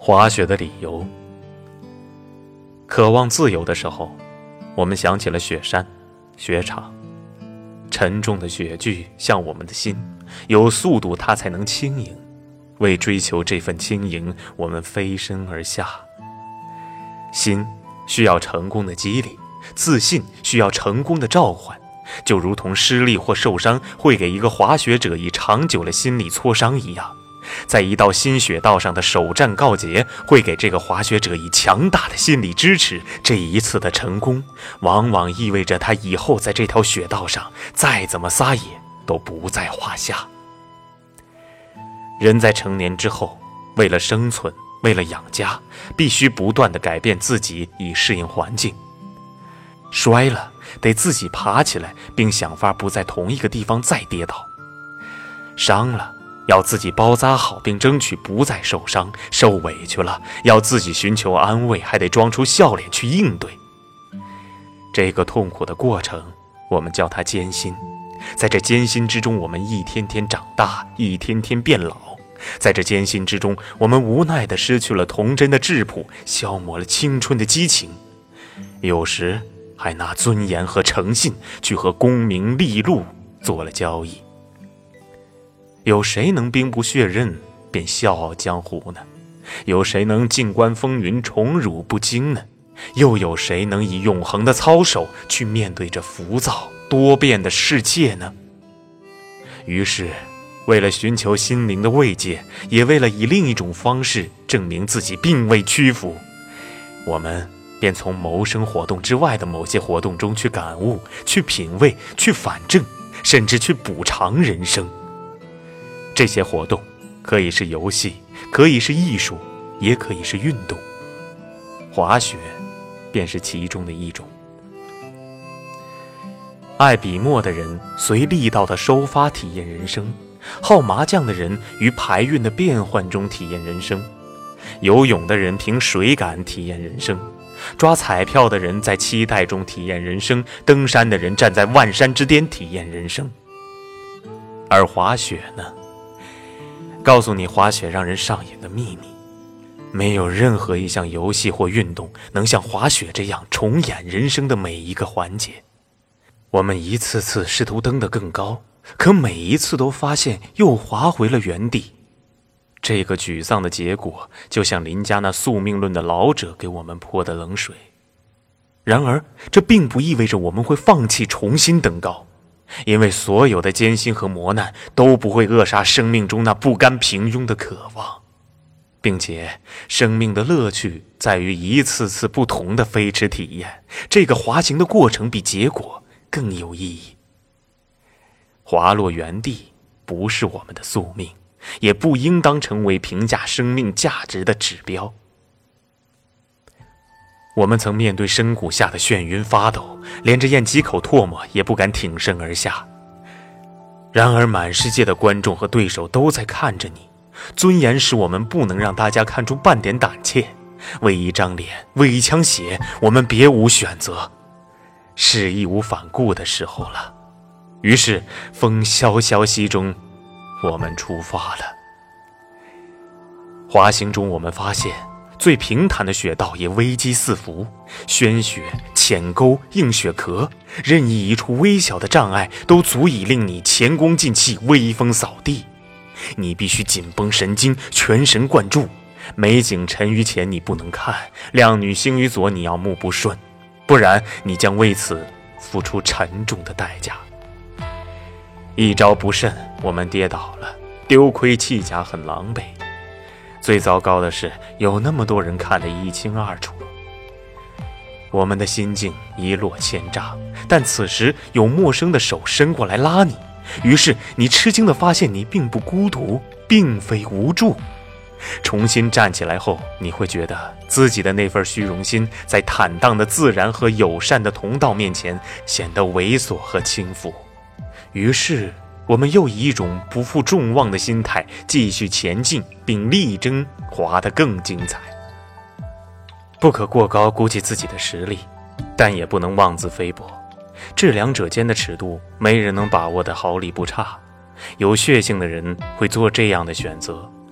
滑雪的理由。渴望自由的时候，我们想起了雪山、雪场。沉重的雪具像我们的心，有速度它才能轻盈。为追求这份轻盈，我们飞身而下。心需要成功的激励，自信需要成功的召唤，就如同失利或受伤会给一个滑雪者以长久的心理挫伤一样，在一道新雪道上的首战告捷会给这个滑雪者以强大的心理支持。这一次的成功往往意味着他以后在这条雪道上再怎么撒野都不在话下。人在成年之后，为了生存，为了养家，必须不断地改变自己以适应环境。摔了得自己爬起来，并想法不在同一个地方再跌倒。伤了要自己包扎好，并争取不再受伤。受委屈了要自己寻求安慰，还得装出笑脸去应对。这个痛苦的过程我们叫它艰辛。在这艰辛之中，我们一天天长大，一天天变老。在这艰辛之中，我们无奈地失去了童真的质朴，消磨了青春的激情，有时还拿尊严和诚信去和功名利禄做了交易。有谁能兵不血刃便笑傲江湖呢？有谁能静观风云宠辱不惊呢？又有谁能以永恒的操守去面对这浮躁多变的世界呢？于是为了寻求心灵的慰藉，也为了以另一种方式证明自己并未屈服，我们便从谋生活动之外的某些活动中去感悟，去品味，去反正，甚至去补偿人生。这些活动可以是游戏，可以是艺术，也可以是运动。滑雪便是其中的一种。爱笔墨的人随力道的收发体验人生，好麻将的人于牌运的变换中体验人生，游泳的人凭水感体验人生，抓彩票的人在期待中体验人生，登山的人站在万山之巅体验人生。而滑雪呢，告诉你滑雪让人上瘾的秘密，没有任何一项游戏或运动能像滑雪这样重演人生的每一个环节。我们一次次试图登得更高，可每一次都发现又滑回了原地。这个沮丧的结果就像邻家那宿命论的老者给我们泼的冷水。然而这并不意味着我们会放弃重新登高，因为所有的艰辛和磨难都不会扼杀生命中那不甘平庸的渴望，并且生命的乐趣在于一次次不同的飞驰体验。这个滑行的过程比结果更有意义。滑落原地不是我们的宿命，也不应当成为评价生命价值的指标。我们曾面对深谷下的眩晕发抖，连着咽几口唾沫也不敢挺身而下。然而满世界的观众和对手都在看着你，尊严使我们不能让大家看出半点胆怯。为一张脸，为一腔血，我们别无选择，是义无反顾的时候了。于是风萧萧息中，我们出发了。滑行中我们发现，最平坦的雪道也危机四伏，宣雪、浅沟、硬雪壳，任意一处微小的障碍都足以令你前功尽弃，威风扫地。你必须紧绷神经，全神贯注。美景沉于前你不能看，靓女行于左你要目不顺，不然你将为此付出沉重的代价。一招不慎，我们跌倒了，丢盔弃甲，很狼狈。最糟糕的是，有那么多人看得一清二楚。我们的心境一落千丈，但此时有陌生的手伸过来拉你，于是你吃惊地发现你并不孤独，并非无助。重新站起来后，你会觉得自己的那份虚荣心在坦荡的自然和友善的同道面前显得猥琐和轻浮。于是我们又以一种不负众望的心态继续前进，并力争滑得更精彩。不可过高估计自己的实力，但也不能妄自菲薄。这两者间的尺度，没人能把握得毫厘不差。有血性的人会做这样的选择，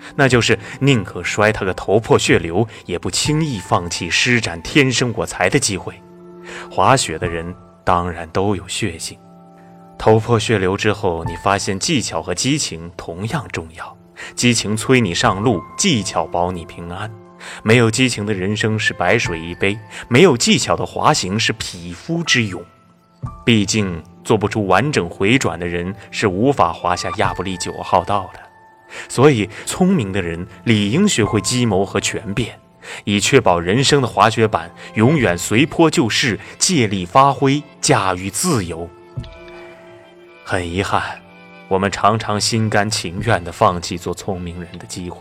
那就是宁可摔他个头破血流，也不轻易放弃施展天生我材的机会。滑雪的人当然都有血性，头破血流之后，你发现技巧和激情同样重要。激情催你上路，技巧保你平安。没有激情的人生是白水一杯，没有技巧的滑行是匹夫之勇。毕竟做不出完整回转的人是无法滑下亚布力9号道的。所以聪明的人理应学会计谋和权变，以确保人生的滑雪板永远随波就势，借力发挥，驾驭自由。很遗憾，我们常常心甘情愿地放弃做聪明人的机会。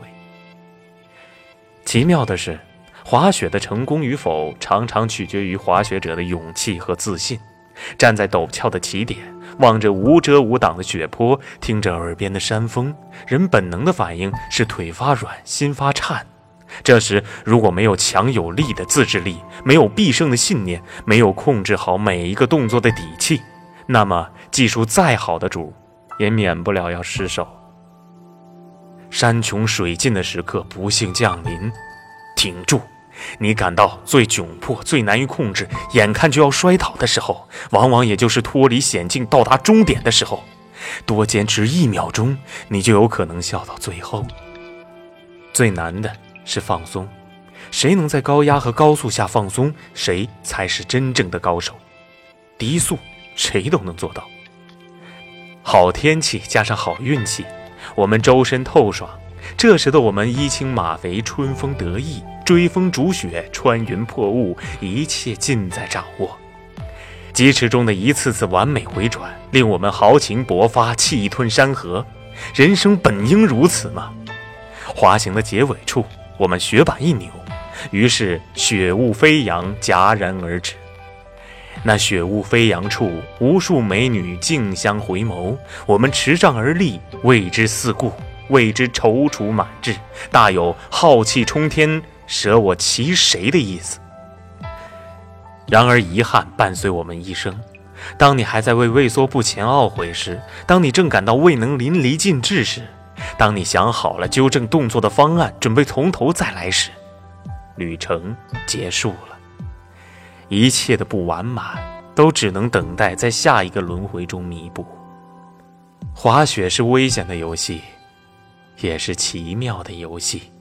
奇妙的是，滑雪的成功与否常常取决于滑雪者的勇气和自信。站在陡峭的起点，望着无遮无挡的雪坡，听着耳边的山风，人本能的反应是腿发软，心发颤。这时如果没有强有力的自制力，没有必胜的信念，没有控制好每一个动作的底气，那么技术再好的主也免不了要失手。山穷水尽的时刻不幸降临，挺住！你感到最窘迫、最难于控制，眼看就要摔倒的时候，往往也就是脱离险境到达终点的时候。多坚持1秒钟，你就有可能笑到最后。最难的是放松，谁能在高压和高速下放松，谁才是真正的高手。低速谁都能做到。好天气加上好运气，我们周身透爽，这时的我们衣轻马肥，春风得意，追风逐雪，穿云破雾，一切尽在掌握。疾驰中的一次次完美回转，令我们豪情勃发，气吞山河。人生本应如此吗？滑行的结尾处，我们雪板一扭，于是雪雾飞扬，戛然而止。那雪雾飞扬处，无数美女竞相回眸，我们持杖而立，为之四顾，为之踌躇满志，大有浩气冲天，舍我其谁的意思。然而遗憾伴随我们一生，当你还在为畏缩不前懊悔时，当你正感到未能淋漓尽致时，当你想好了纠正动作的方案，准备从头再来时，旅程结束了。一切的不完满都只能等待在下一个轮回中弥补。滑雪是危险的游戏，也是奇妙的游戏。